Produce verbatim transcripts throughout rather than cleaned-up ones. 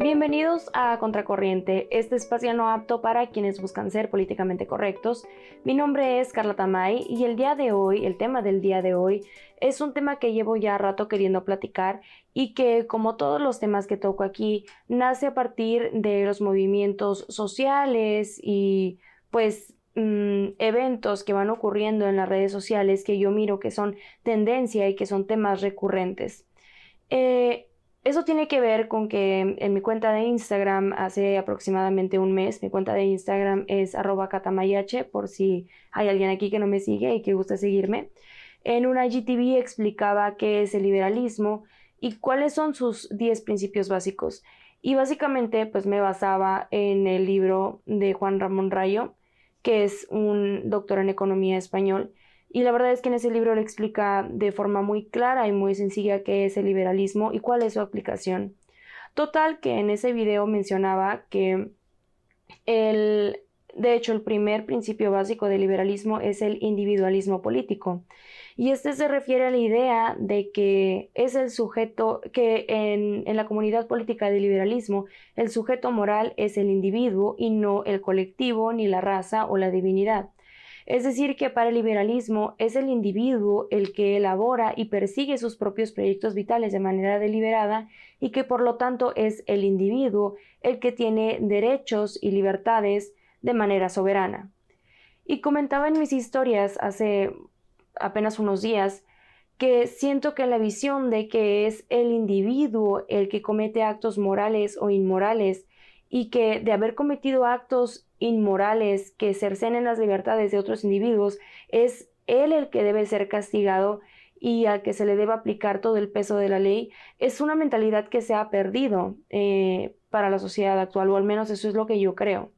Bienvenidos a Contracorriente, este espacio no apto para quienes buscan ser políticamente correctos. Mi nombre es Carla Tamay y el día de hoy, el tema del día de hoy, es un tema que llevo ya rato queriendo platicar y que, como todos los temas que toco aquí, nace a partir de los movimientos sociales y pues mmm, eventos que van ocurriendo en las redes sociales que yo miro que son tendencia y que son temas recurrentes. Eh, Eso tiene que ver con que en mi cuenta de Instagram hace aproximadamente un mes, mi cuenta de Instagram es arroba catamayache, por si hay alguien aquí que no me sigue y que gusta seguirme. En una I G T V explicaba qué es el liberalismo y cuáles son sus diez principios básicos. Y básicamente pues me basaba en el libro de Juan Ramón Rayo, que es un doctor en economía español. Y la verdad es que en ese libro le explica de forma muy clara y muy sencilla qué es el liberalismo y cuál es su aplicación. Total, que en ese video mencionaba que el, de hecho, el primer principio básico del liberalismo es el individualismo político. Y este se refiere a la idea de que es el sujeto, que en, en la comunidad política del liberalismo, el sujeto moral es el individuo y no el colectivo, ni la raza o la divinidad. Es decir, que para el liberalismo es el individuo el que elabora y persigue sus propios proyectos vitales de manera deliberada y que por lo tanto es el individuo el que tiene derechos y libertades de manera soberana. Y comentaba en mis historias hace apenas unos días que siento que la visión de que es el individuo el que comete actos morales o inmorales y que de haber cometido actos inmorales que cercenen las libertades de otros individuos, es él el que debe ser castigado y al que se le debe aplicar todo el peso de la ley, es una mentalidad que se ha perdido eh, para la sociedad actual, o al menos eso es lo que yo creo.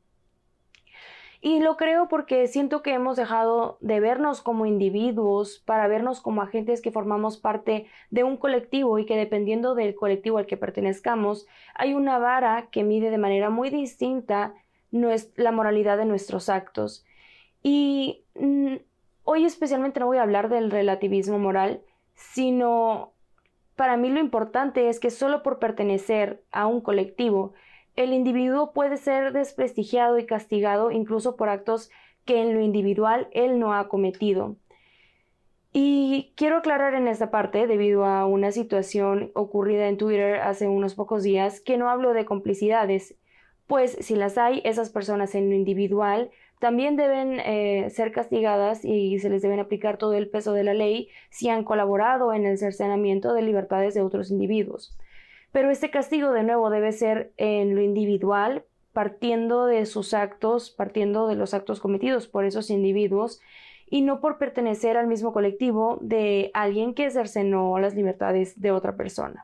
Y lo creo porque siento que hemos dejado de vernos como individuos para vernos como agentes que formamos parte de un colectivo y que dependiendo del colectivo al que pertenezcamos, hay una vara que mide de manera muy distinta la moralidad de nuestros actos. Y mm, hoy especialmente no voy a hablar del relativismo moral, sino para mí lo importante es que solo por pertenecer a un colectivo, el individuo puede ser desprestigiado y castigado incluso por actos que en lo individual él no ha cometido. Y quiero aclarar en esta parte, debido a una situación ocurrida en Twitter hace unos pocos días, que no hablo de complicidades, pues si las hay, esas personas en lo individual también deben eh, ser castigadas y se les deben aplicar todo el peso de la ley si han colaborado en el cercenamiento de libertades de otros individuos. Pero este castigo de nuevo debe ser en lo individual, partiendo de sus actos, partiendo de los actos cometidos por esos individuos y no por pertenecer al mismo colectivo de alguien que cercenó las libertades de otra persona.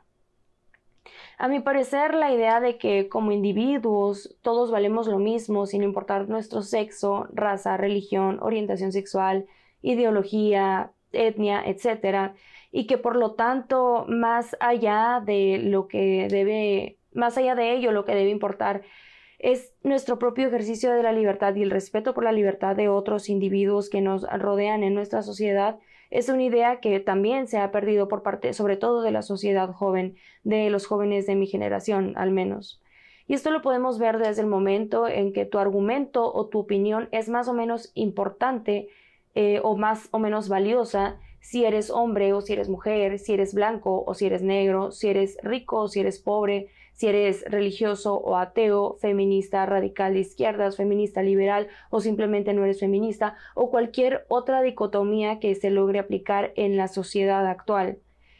A mi parecer, la idea de que como individuos todos valemos lo mismo sin importar nuestro sexo, raza, religión, orientación sexual, ideología, etnia, etcétera, y que por lo tanto más allá de lo que debe, más allá de ello lo que debe importar es nuestro propio ejercicio de la libertad y el respeto por la libertad de otros individuos que nos rodean en nuestra sociedad, es una idea que también se ha perdido por parte, sobre todo de la sociedad joven, de los jóvenes de mi generación al menos. Y esto lo podemos ver desde el momento en que tu argumento o tu opinión es más o menos importante eh, o más o menos valiosa si eres hombre o si eres mujer, si eres blanco o si eres negro, si eres rico o si eres pobre, si eres religioso o ateo, feminista, radical de izquierdas, feminista liberal o simplemente no eres feminista o cualquier otra dicotomía que se logre aplicar en la sociedad actual.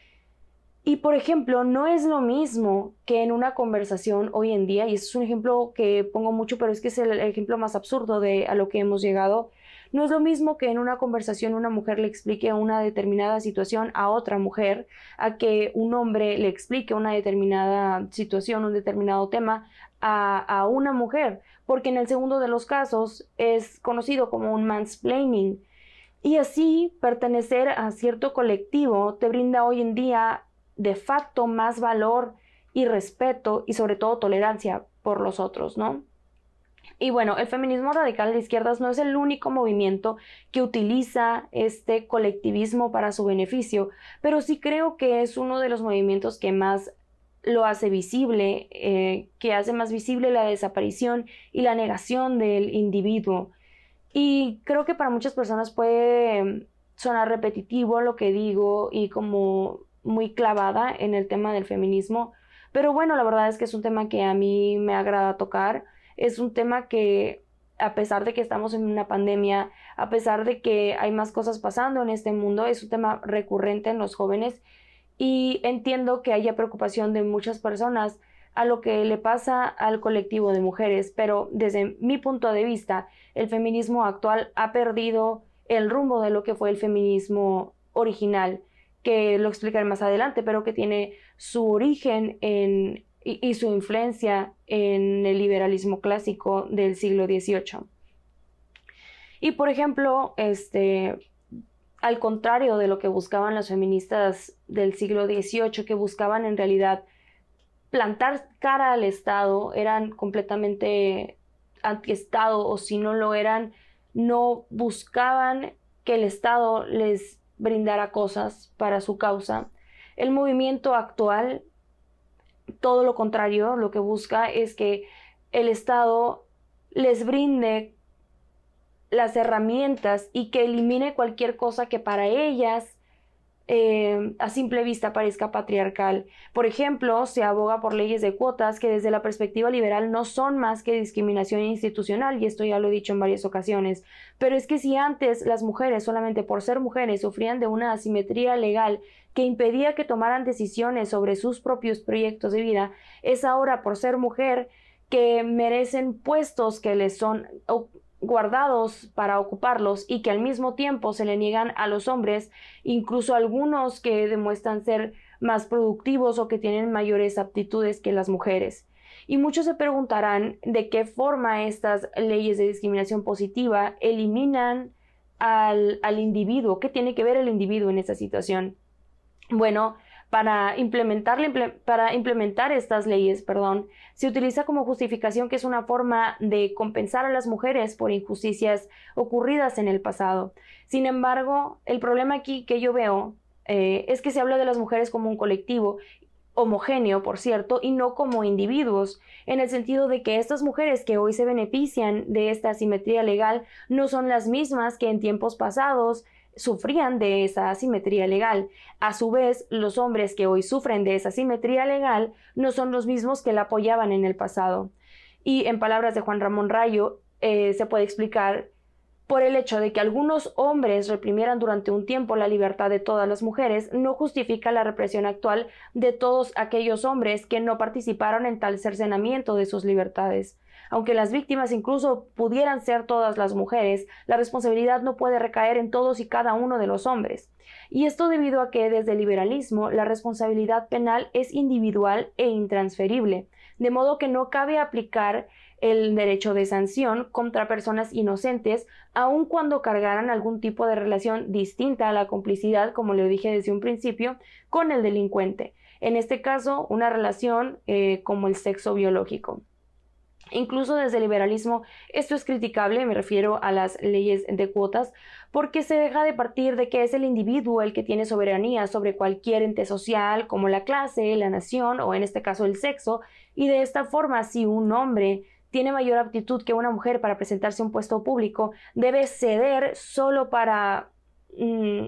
Y por ejemplo, no es lo mismo que en una conversación hoy en día, y este es un ejemplo que pongo mucho, pero es que es el ejemplo más absurdo de a lo que hemos llegado. No es lo mismo que en una conversación una mujer le explique una determinada situación a otra mujer, a que un hombre le explique una determinada situación, un determinado tema a, a una mujer, porque en el segundo de los casos es conocido como un mansplaining. Y así pertenecer a cierto colectivo te brinda hoy en día de facto más valor y respeto y sobre todo tolerancia por los otros, ¿no? Y bueno, el feminismo radical de izquierdas no es el único movimiento que utiliza este colectivismo para su beneficio, pero sí creo que es uno de los movimientos que más lo hace visible, eh, que hace más visible la desaparición y la negación del individuo. Y creo que para muchas personas puede sonar repetitivo lo que digo y como muy clavada en el tema del feminismo, pero bueno, la verdad es que es un tema que a mí me agrada tocar, es un tema que a pesar de que estamos en una pandemia, a pesar de que hay más cosas pasando en este mundo, es un tema recurrente en los jóvenes y entiendo que haya preocupación de muchas personas a lo que le pasa al colectivo de mujeres, pero desde mi punto de vista, el feminismo actual ha perdido el rumbo de lo que fue el feminismo original, que lo explicaré más adelante, pero que tiene su origen en, y, y su influencia en el liberalismo clásico del siglo dieciocho. Y por ejemplo, este, al contrario de lo que buscaban las feministas del siglo dieciocho, que buscaban en realidad plantar cara al Estado, eran completamente anti-Estado, o si no lo eran, no buscaban que el Estado les brindara cosas para su causa. El movimiento actual, todo lo contrario, lo que busca es que el Estado les brinde las herramientas y que elimine cualquier cosa que para ellas eh, a simple vista parezca patriarcal. Por ejemplo, se aboga por leyes de cuotas que desde la perspectiva liberal no son más que discriminación institucional, y esto ya lo he dicho en varias ocasiones, pero es que si antes las mujeres solamente por ser mujeres sufrían de una asimetría legal que impedía que tomaran decisiones sobre sus propios proyectos de vida, es ahora por ser mujer que merecen puestos que les son guardados para ocuparlos y que al mismo tiempo se le niegan a los hombres, incluso algunos que demuestran ser más productivos o que tienen mayores aptitudes que las mujeres. Y muchos se preguntarán de qué forma estas leyes de discriminación positiva eliminan al, al individuo. ¿Qué tiene que ver el individuo en esta situación? Bueno, para implementar, para implementar estas leyes, perdón, se utiliza como justificación que es una forma de compensar a las mujeres por injusticias ocurridas en el pasado. Sin embargo, el problema aquí que yo veo eh, es que se habla de las mujeres como un colectivo homogéneo, por cierto, y no como individuos, en el sentido de que estas mujeres que hoy se benefician de esta asimetría legal no son las mismas que en tiempos pasados sufrían de esa asimetría legal. A su vez, los hombres que hoy sufren de esa asimetría legal no son los mismos que la apoyaban en el pasado. Y en palabras de Juan Ramón Rayo, eh, se puede explicar por el hecho de que algunos hombres reprimieran durante un tiempo la libertad de todas las mujeres, no justifica la represión actual de todos aquellos hombres que no participaron en tal cercenamiento de sus libertades. Aunque las víctimas incluso pudieran ser todas las mujeres, la responsabilidad no puede recaer en todos y cada uno de los hombres. Y esto debido a que desde el liberalismo la responsabilidad penal es individual e intransferible, de modo que no cabe aplicar el derecho de sanción contra personas inocentes, aun cuando cargaran algún tipo de relación distinta a la complicidad, como le dije desde un principio, con el delincuente. En este caso, una relación eh, como el sexo biológico. Incluso desde el liberalismo esto es criticable, me refiero a las leyes de cuotas, porque se deja de partir de que es el individuo el que tiene soberanía sobre cualquier ente social como la clase, la nación o en este caso el sexo, y de esta forma si un hombre tiene mayor aptitud que una mujer para presentarse a un puesto público, debe ceder solo para... Mmm,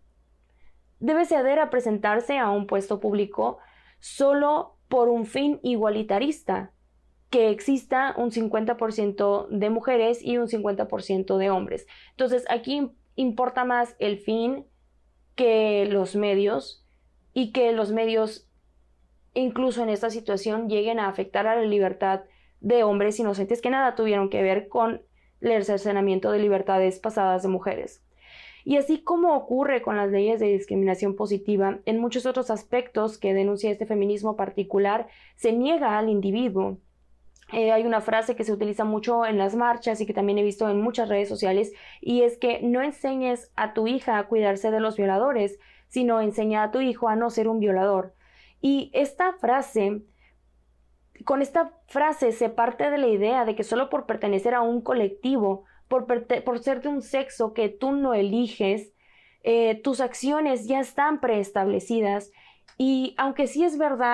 debe ceder a presentarse a un puesto público solo por un fin igualitarista, que exista un cincuenta por ciento de mujeres y un cincuenta por ciento de hombres. Entonces aquí importa más el fin que los medios, y que los medios incluso en esta situación lleguen a afectar a la libertad de hombres inocentes que nada tuvieron que ver con el cercenamiento de libertades pasadas de mujeres. Y así como ocurre con las leyes de discriminación positiva, en muchos otros aspectos que denuncia este feminismo particular, se niega al individuo. Eh, hay una frase que se utiliza mucho en las marchas y que también he visto en muchas redes sociales, y es que no enseñes a tu hija a cuidarse de los violadores, sino enseña a tu hijo a no ser un violador. Y esta frase, con esta frase se parte de la idea de que solo por pertenecer a un colectivo, por, por ser de un sexo que tú no eliges, eh, tus acciones ya están preestablecidas, y aunque sí es verdad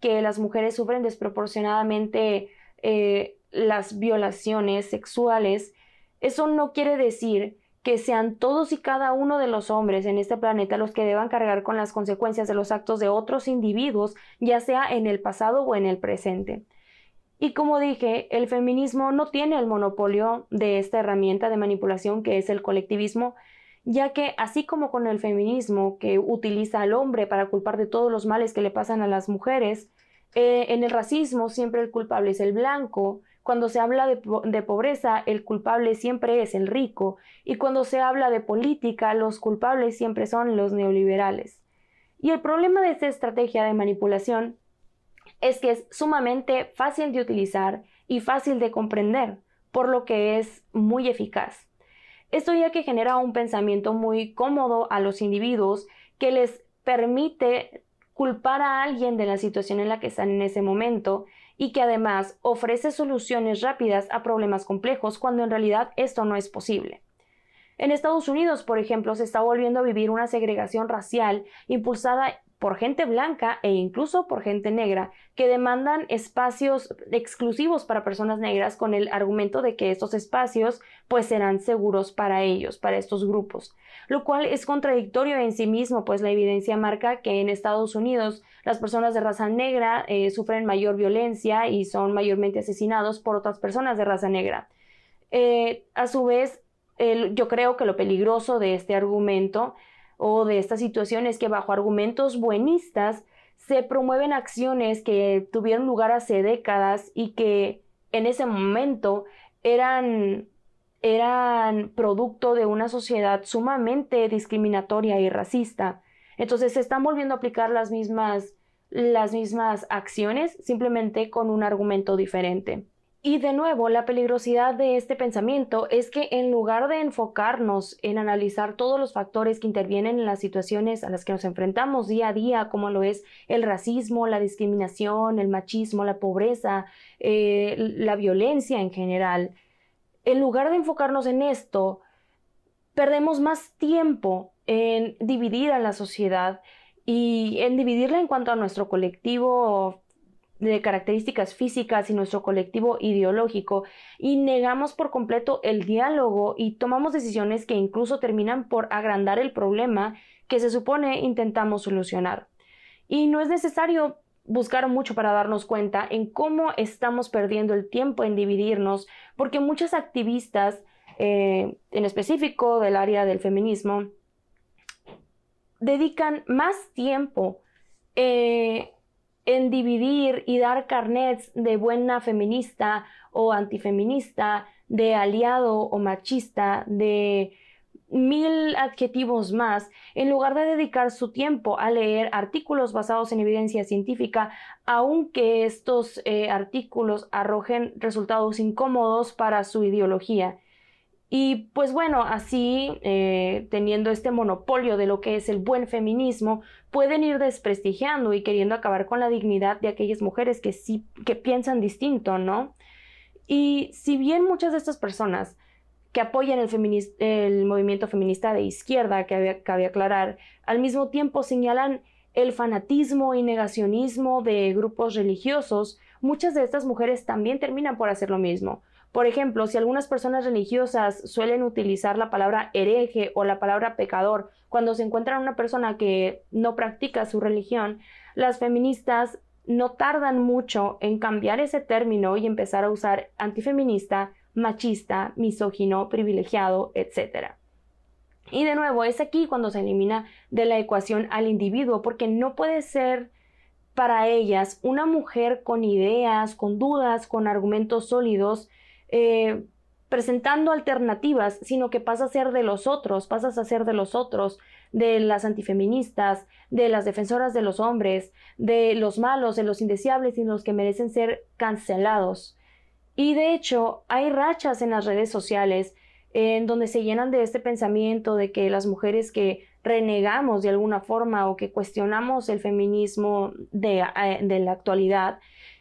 que las mujeres sufren desproporcionadamente eh, las violaciones sexuales, eso no quiere decir que sean todos y cada uno de los hombres en este planeta los que deban cargar con las consecuencias de los actos de otros individuos, ya sea en el pasado o en el presente. Y como dije, el feminismo no tiene el monopolio de esta herramienta de manipulación que es el colectivismo, ya que así como con el feminismo que utiliza al hombre para culpar de todos los males que le pasan a las mujeres, eh, en el racismo siempre el culpable es el blanco. Cuando se habla de, de pobreza, el culpable siempre es el rico, y cuando se habla de política, los culpables siempre son los neoliberales. Y el problema de esta estrategia de manipulación es que es sumamente fácil de utilizar y fácil de comprender, por lo que es muy eficaz. Esto ya que genera un pensamiento muy cómodo a los individuos que les permite culpar a alguien de la situación en la que están en ese momento, y que además ofrece soluciones rápidas a problemas complejos cuando en realidad esto no es posible. En Estados Unidos, por ejemplo, se está volviendo a vivir una segregación racial impulsada por gente blanca e incluso por gente negra, que demandan espacios exclusivos para personas negras con el argumento de que estos espacios pues serán seguros para ellos, para estos grupos, lo cual es contradictorio en sí mismo, pues la evidencia marca que en Estados Unidos las personas de raza negra eh, sufren mayor violencia y son mayormente asesinados por otras personas de raza negra. Eh, a su vez, el, yo creo que lo peligroso de este argumento o de esta situación es que bajo argumentos buenistas se promueven acciones que tuvieron lugar hace décadas y que en ese momento eran, eran producto de una sociedad sumamente discriminatoria y racista. Entonces se están volviendo a aplicar las mismas, las mismas acciones, simplemente con un argumento diferente. Y de nuevo, la peligrosidad de este pensamiento es que en lugar de enfocarnos en analizar todos los factores que intervienen en las situaciones a las que nos enfrentamos día a día, como lo es el racismo, la discriminación, el machismo, la pobreza, eh, la violencia en general, en lugar de enfocarnos en esto, perdemos más tiempo en dividir a la sociedad y en dividirla en cuanto a nuestro colectivo de características físicas y nuestro colectivo ideológico, y negamos por completo el diálogo y tomamos decisiones que incluso terminan por agrandar el problema que se supone intentamos solucionar. Y no es necesario buscar mucho para darnos cuenta en cómo estamos perdiendo el tiempo en dividirnos, porque muchas activistas, eh, en específico del área del feminismo, dedican más tiempo eh, en dividir y dar carnets de buena feminista o antifeminista, de aliado o machista, de mil adjetivos más, en lugar de dedicar su tiempo a leer artículos basados en evidencia científica, aunque estos eh, artículos arrojen resultados incómodos para su ideología. Y pues bueno, así, eh, teniendo este monopolio de lo que es el buen feminismo, pueden ir desprestigiando y queriendo acabar con la dignidad de aquellas mujeres que sí, que piensan distinto, ¿no? Y si bien muchas de estas personas que apoyan el, el movimiento feminista de izquierda, que había, cabe aclarar, al mismo tiempo señalan el fanatismo y negacionismo de grupos religiosos, muchas de estas mujeres también terminan por hacer lo mismo. Por ejemplo, si algunas personas religiosas suelen utilizar la palabra hereje o la palabra pecador cuando se encuentran una persona que no practica su religión, las feministas no tardan mucho en cambiar ese término y empezar a usar antifeminista, machista, misógino, privilegiado, etcétera. Y de nuevo, es aquí cuando se elimina de la ecuación al individuo, porque no puede ser para ellas una mujer con ideas, con dudas, con argumentos sólidos, Eh, presentando alternativas, sino que pasa a ser de los otros, pasas a ser de los otros, de las antifeministas, de las defensoras de los hombres, de los malos, de los indeseables y los que merecen ser cancelados. Y de hecho, hay rachas en las redes sociales en donde se llenan de este pensamiento de que las mujeres que renegamos de alguna forma o que cuestionamos el feminismo de, de la actualidad,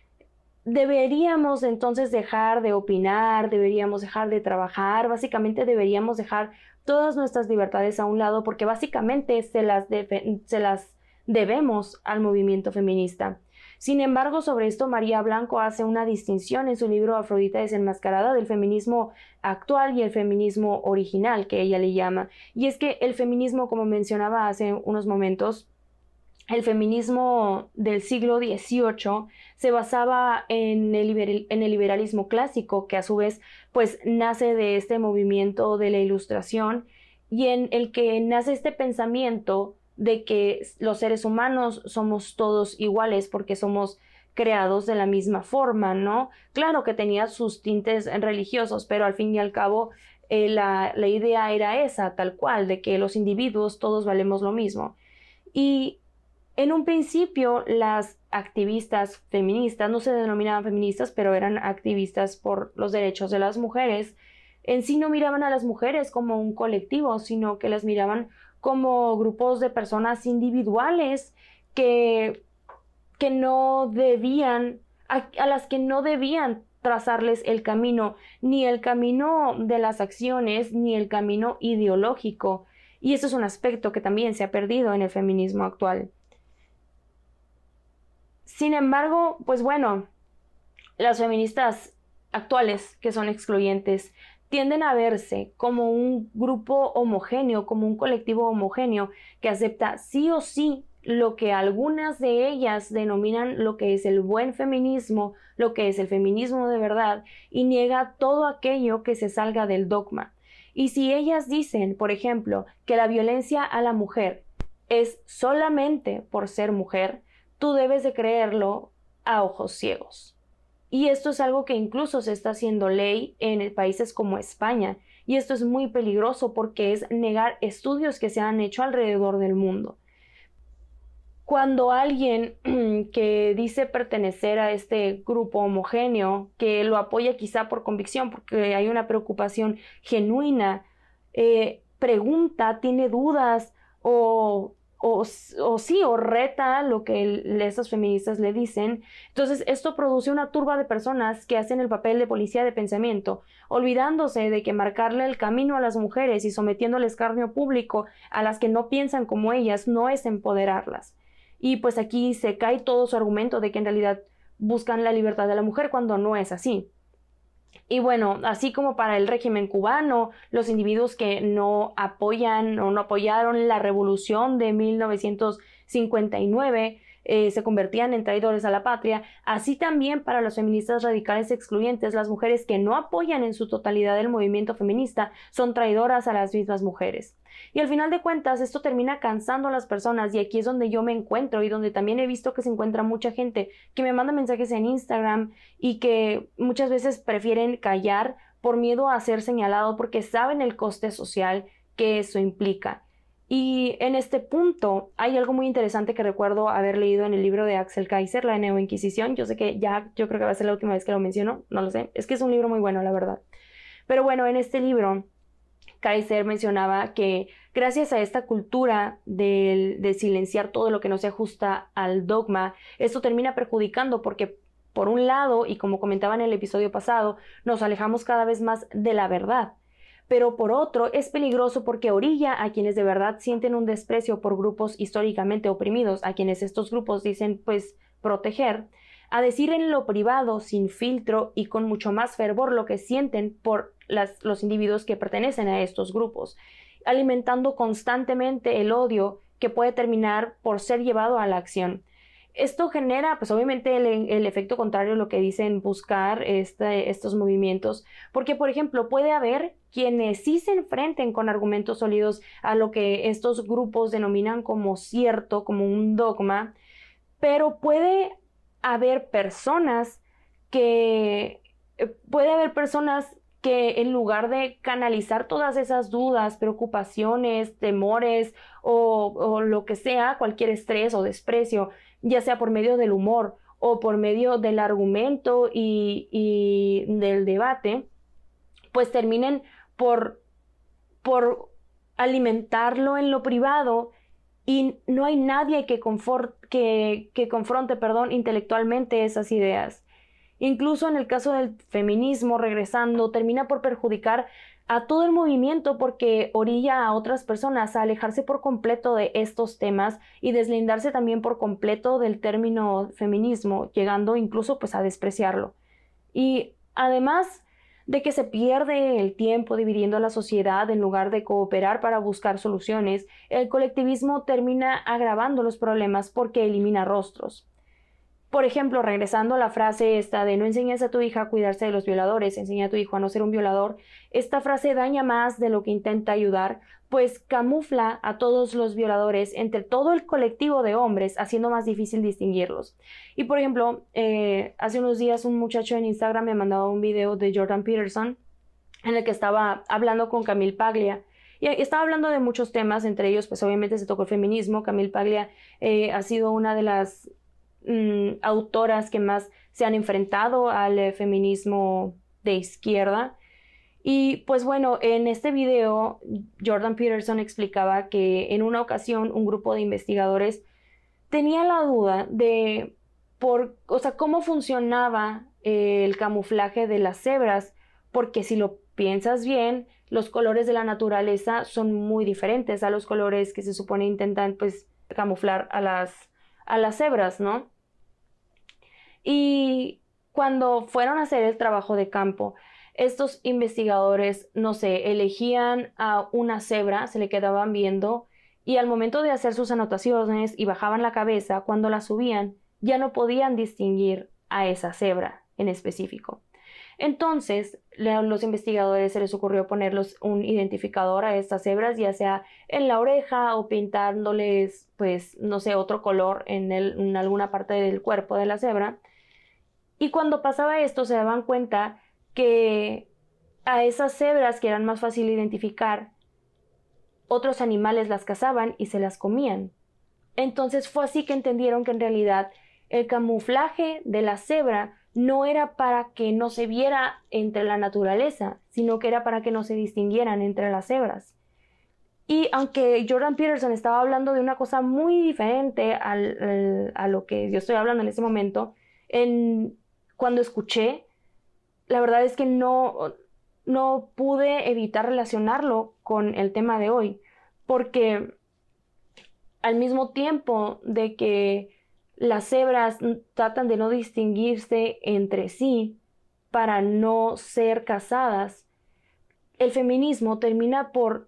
deberíamos entonces dejar de opinar, deberíamos dejar de trabajar, básicamente deberíamos dejar todas nuestras libertades a un lado porque básicamente se las, se las debemos al movimiento feminista. Sin embargo, sobre esto María Blanco hace una distinción en su libro Afrodita desenmascarada del feminismo actual y el feminismo original, que ella le llama. Y es que el feminismo, como mencionaba hace unos momentos, el feminismo del siglo dieciocho se basaba en el, liber- en el liberalismo clásico, que a su vez pues nace de este movimiento de la Ilustración y en el que nace este pensamiento de que los seres humanos somos todos iguales porque somos creados de la misma forma, ¿no? Claro que tenía sus tintes religiosos, pero al fin y al cabo eh, la, la idea era esa, tal cual, de que los individuos todos valemos lo mismo. Y en un principio las activistas feministas, no se denominaban feministas, pero eran activistas por los derechos de las mujeres, en sí no miraban a las mujeres como un colectivo, sino que las miraban como grupos de personas individuales que, que no debían, a, a las que no debían trazarles el camino, ni el camino de las acciones, ni el camino ideológico. Y eso es un aspecto que también se ha perdido en el feminismo actual. Sin embargo, pues bueno, las feministas actuales, que son excluyentes, tienden a verse como un grupo homogéneo, como un colectivo homogéneo que acepta sí o sí lo que algunas de ellas denominan lo que es el buen feminismo, lo que es el feminismo de verdad, y niega todo aquello que se salga del dogma. Y si ellas dicen, por ejemplo, que la violencia a la mujer es solamente por ser mujer, tú debes de creerlo a ojos ciegos. Y esto es algo que incluso se está haciendo ley en países como España. Y esto es muy peligroso porque es negar estudios que se han hecho alrededor del mundo. Cuando alguien que dice pertenecer a este grupo homogéneo, que lo apoya quizá por convicción, porque hay una preocupación genuina, eh, pregunta, tiene dudas o... O, o sí, o reta lo que el, esas feministas le dicen. Entonces esto produce una turba de personas que hacen el papel de policía de pensamiento, olvidándose de que marcarle el camino a las mujeres y sometiendo al escarnio público a las que no piensan como ellas no es empoderarlas. Y pues aquí se cae todo su argumento de que en realidad buscan la libertad de la mujer cuando no es así. Y bueno, así como para el régimen cubano, los individuos que no apoyan o no apoyaron la revolución de mil novecientos cincuenta y nueve eh, se convertían en traidores a la patria, así también para los feministas radicales excluyentes, las mujeres que no apoyan en su totalidad el movimiento feminista son traidoras a las mismas mujeres. Y al final de cuentas esto termina cansando a las personas y aquí es donde yo me encuentro y donde también he visto que se encuentra mucha gente que me manda mensajes en Instagram y que muchas veces prefieren callar por miedo a ser señalado porque saben el coste social que eso implica. Y en este punto hay algo muy interesante que recuerdo haber leído en el libro de Axel Kaiser, La Neoinquisición. Yo sé que ya, yo creo que va a ser la última vez que lo menciono, no lo sé. Es que es un libro muy bueno, la verdad. Pero bueno, en este libro Kaiser mencionaba que gracias a esta cultura de, de silenciar todo lo que no se ajusta al dogma, esto termina perjudicando porque por un lado, y como comentaba en el episodio pasado, nos alejamos cada vez más de la verdad. Pero por otro, es peligroso porque orilla a quienes de verdad sienten un desprecio por grupos históricamente oprimidos, a quienes estos grupos dicen, pues, proteger, a decir en lo privado, sin filtro y con mucho más fervor lo que sienten por las, los individuos que pertenecen a estos grupos, alimentando constantemente el odio que puede terminar por ser llevado a la acción. Esto genera, pues obviamente, el, el efecto contrario a lo que dicen buscar este, estos movimientos, porque, por ejemplo, puede haber quienes sí se enfrenten con argumentos sólidos a lo que estos grupos denominan como cierto, como un dogma, pero puede haber personas que, puede haber personas que en lugar de canalizar todas esas dudas, preocupaciones, temores o, o lo que sea, cualquier estrés o desprecio, ya sea por medio del humor o por medio del argumento y, y del debate, pues terminen por, por alimentarlo en lo privado y no hay nadie que, confort, que, que confronte perdón, intelectualmente esas ideas. Incluso en el caso del feminismo, regresando, termina por perjudicar a todo el movimiento porque orilla a otras personas a alejarse por completo de estos temas y deslindarse también por completo del término feminismo, llegando incluso pues a despreciarlo. Y además de que se pierde el tiempo dividiendo a la sociedad en lugar de cooperar para buscar soluciones, el colectivismo termina agravando los problemas porque elimina rostros. Por ejemplo, regresando a la frase esta de no enseñes a tu hija a cuidarse de los violadores, enseña a tu hijo a no ser un violador, esta frase daña más de lo que intenta ayudar, pues camufla a todos los violadores entre todo el colectivo de hombres, haciendo más difícil distinguirlos. Y por ejemplo, eh, hace unos días un muchacho en Instagram me mandaba un video de Jordan Peterson en el que estaba hablando con Camille Paglia. Y estaba hablando de muchos temas, entre ellos pues obviamente se tocó el feminismo. Camille Paglia eh, ha sido una de las Mm, autoras que más se han enfrentado al eh, feminismo de izquierda. Y pues bueno, en este video Jordan Peterson explicaba que en una ocasión un grupo de investigadores tenía la duda de por, o sea, cómo funcionaba eh, el camuflaje de las cebras, porque si lo piensas bien, los colores de la naturaleza son muy diferentes a los colores que se supone intentan pues camuflar a las, a las cebras, ¿no? Y cuando fueron a hacer el trabajo de campo, estos investigadores, no sé, elegían a una cebra, se le quedaban viendo y al momento de hacer sus anotaciones y bajaban la cabeza, cuando la subían, ya no podían distinguir a esa cebra en específico. Entonces, los investigadores se les ocurrió ponerlos un identificador a estas cebras, ya sea en la oreja o pintándoles, pues, no sé, otro color en, el, en alguna parte del cuerpo de la cebra. Y cuando pasaba esto se daban cuenta que a esas cebras que eran más fácil identificar, otros animales las cazaban y se las comían. Entonces fue así que entendieron que en realidad el camuflaje de la cebra no era para que no se viera entre la naturaleza, sino que era para que no se distinguieran entre las cebras. Y aunque Jordan Peterson estaba hablando de una cosa muy diferente al, al, a lo que yo estoy hablando en ese momento, en cuando escuché, la verdad es que no, no pude evitar relacionarlo con el tema de hoy, porque al mismo tiempo de que las cebras tratan de no distinguirse entre sí para no ser cazadas, el feminismo termina por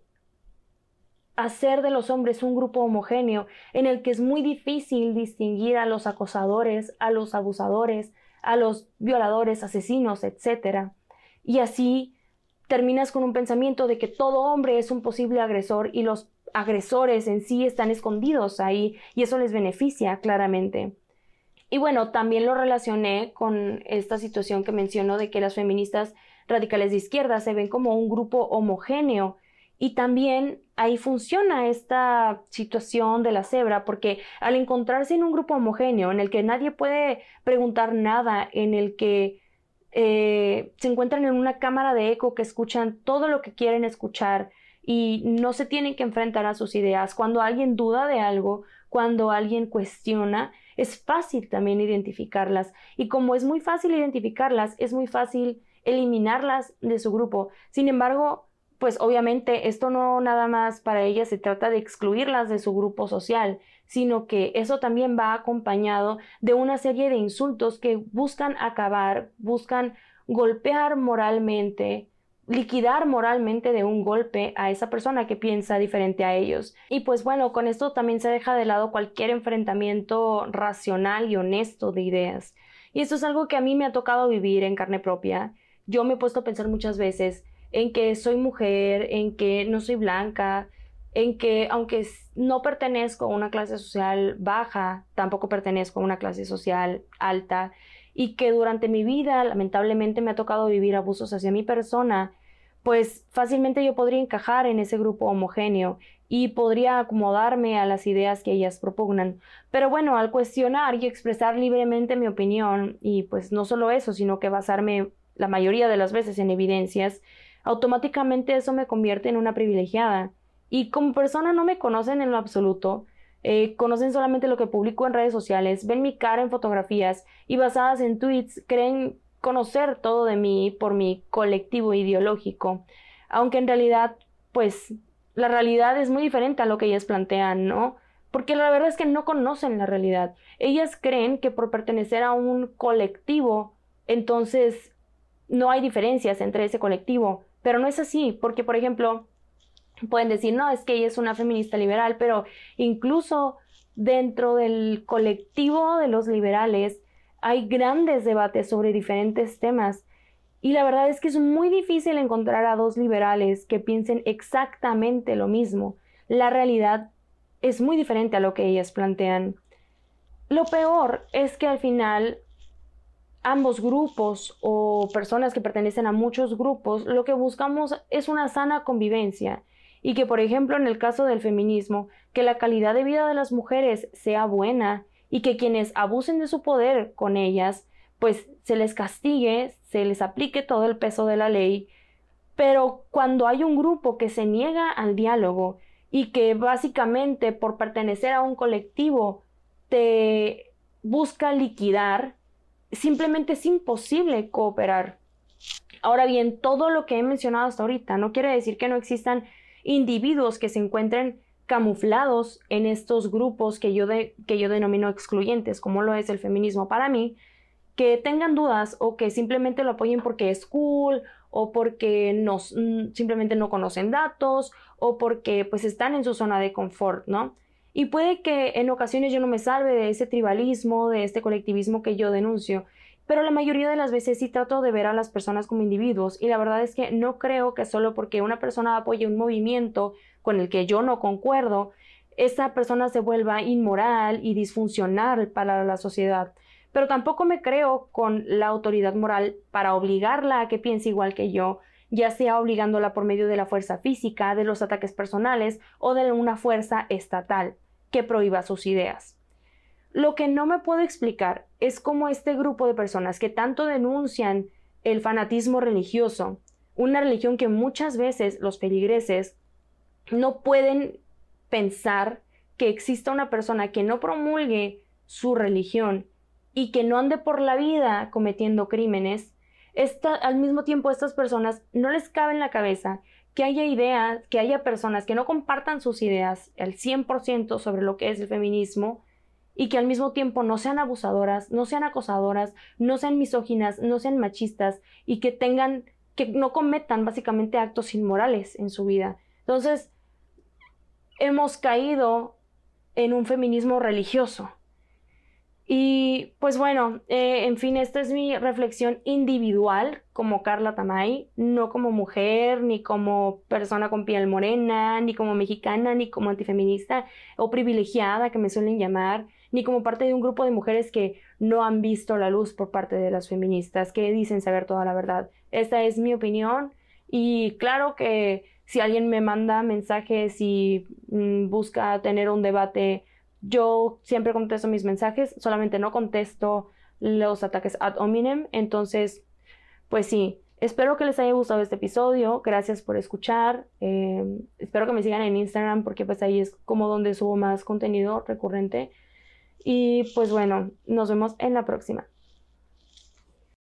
hacer de los hombres un grupo homogéneo en el que es muy difícil distinguir a los acosadores, a los abusadores, a los violadores, asesinos, etcétera. Y así terminas con un pensamiento de que todo hombre es un posible agresor y los agresores en sí están escondidos ahí y eso les beneficia claramente. Y bueno, también lo relacioné con esta situación que menciono de que las feministas radicales de izquierda se ven como un grupo homogéneo. Y también ahí funciona esta situación de la cebra, porque al encontrarse en un grupo homogéneo en el que nadie puede preguntar nada, en el que eh, se encuentran en una cámara de eco que escuchan todo lo que quieren escuchar y no se tienen que enfrentar a sus ideas, cuando alguien duda de algo, cuando alguien cuestiona, es fácil también identificarlas. Y como es muy fácil identificarlas, es muy fácil eliminarlas de su grupo. Sin embargo, pues obviamente esto no nada más para ellas se trata de excluirlas de su grupo social, sino que eso también va acompañado de una serie de insultos que buscan acabar, buscan golpear moralmente, liquidar moralmente de un golpe a esa persona que piensa diferente a ellos. Y pues bueno, con esto también se deja de lado cualquier enfrentamiento racional y honesto de ideas. Y esto es algo que a mí me ha tocado vivir en carne propia. Yo me he puesto a pensar muchas veces en que soy mujer, en que no soy blanca, en que aunque no pertenezco a una clase social baja, tampoco pertenezco a una clase social alta, y que durante mi vida lamentablemente me ha tocado vivir abusos hacia mi persona, pues fácilmente yo podría encajar en ese grupo homogéneo y podría acomodarme a las ideas que ellas propugnan. Pero bueno, al cuestionar y expresar libremente mi opinión, y pues no solo eso, sino que basarme la mayoría de las veces en evidencias, automáticamente eso me convierte en una privilegiada. Y como persona no me conocen en lo absoluto, eh, conocen solamente lo que publico en redes sociales, ven mi cara en fotografías y basadas en tweets creen conocer todo de mí por mi colectivo ideológico. aunque en realidad, pues, la realidad es muy diferente a lo que ellas plantean, ¿no? Porque la verdad es que no conocen la realidad. Ellas creen que por pertenecer a un colectivo, entonces no hay diferencias entre ese colectivo, pero no es así, porque, por ejemplo, pueden decir, no, es que ella es una feminista liberal, pero incluso dentro del colectivo de los liberales hay grandes debates sobre diferentes temas. Y la verdad es que es muy difícil encontrar a dos liberales que piensen exactamente lo mismo. La realidad es muy diferente a lo que ellas plantean. Lo peor es que al final ambos grupos o personas que pertenecen a muchos grupos, lo que buscamos es una sana convivencia y que, por ejemplo, en el caso del feminismo, que la calidad de vida de las mujeres sea buena y que quienes abusen de su poder con ellas, pues se les castigue, se les aplique todo el peso de la ley. Pero cuando hay un grupo que se niega al diálogo y que básicamente por pertenecer a un colectivo te busca liquidar, simplemente es imposible cooperar. Ahora bien, todo lo que he mencionado hasta ahorita no quiere decir que no existan individuos que se encuentren camuflados en estos grupos que yo, de, que yo denomino excluyentes, como lo es el feminismo para mí, que tengan dudas o que simplemente lo apoyen porque es cool o porque no, simplemente no conocen datos o porque pues están en su zona de confort, ¿no? Y puede que en ocasiones yo no me salve de ese tribalismo, de este colectivismo que yo denuncio, pero la mayoría de las veces sí trato de ver a las personas como individuos y la verdad es que no creo que solo porque una persona apoye un movimiento con el que yo no concuerdo, esa persona se vuelva inmoral y disfuncional para la sociedad. Pero tampoco me creo con la autoridad moral para obligarla a que piense igual que yo, ya sea obligándola por medio de la fuerza física, de los ataques personales o de una fuerza estatal que prohíba sus ideas. Lo que no me puedo explicar es cómo este grupo de personas que tanto denuncian el fanatismo religioso, una religión que muchas veces los feligreses no pueden pensar que exista una persona que no promulgue su religión y que no ande por la vida cometiendo crímenes, esta, al mismo tiempo a estas personas no les cabe en la cabeza que haya ideas, que haya personas que no compartan sus ideas al cien por ciento sobre lo que es el feminismo y que al mismo tiempo no sean abusadoras, no sean acosadoras, no sean misóginas, no sean machistas y que tengan, que no cometan básicamente actos inmorales en su vida. Entonces, hemos caído en un feminismo religioso. Y pues bueno, eh, en fin, esta es mi reflexión individual como Karla Tamay, no como mujer, ni como persona con piel morena, ni como mexicana, ni como antifeminista o privilegiada que me suelen llamar, ni como parte de un grupo de mujeres que no han visto la luz por parte de las feministas, que dicen saber toda la verdad. Esta es mi opinión y claro que si alguien me manda mensajes y mm, busca tener un debate, yo siempre contesto mis mensajes, solamente no contesto los ataques ad hominem. Entonces, pues sí, espero que les haya gustado este episodio. Gracias por escuchar. Eh, espero que me sigan en Instagram porque pues ahí es como donde subo más contenido recurrente. Y pues bueno, nos vemos en la próxima.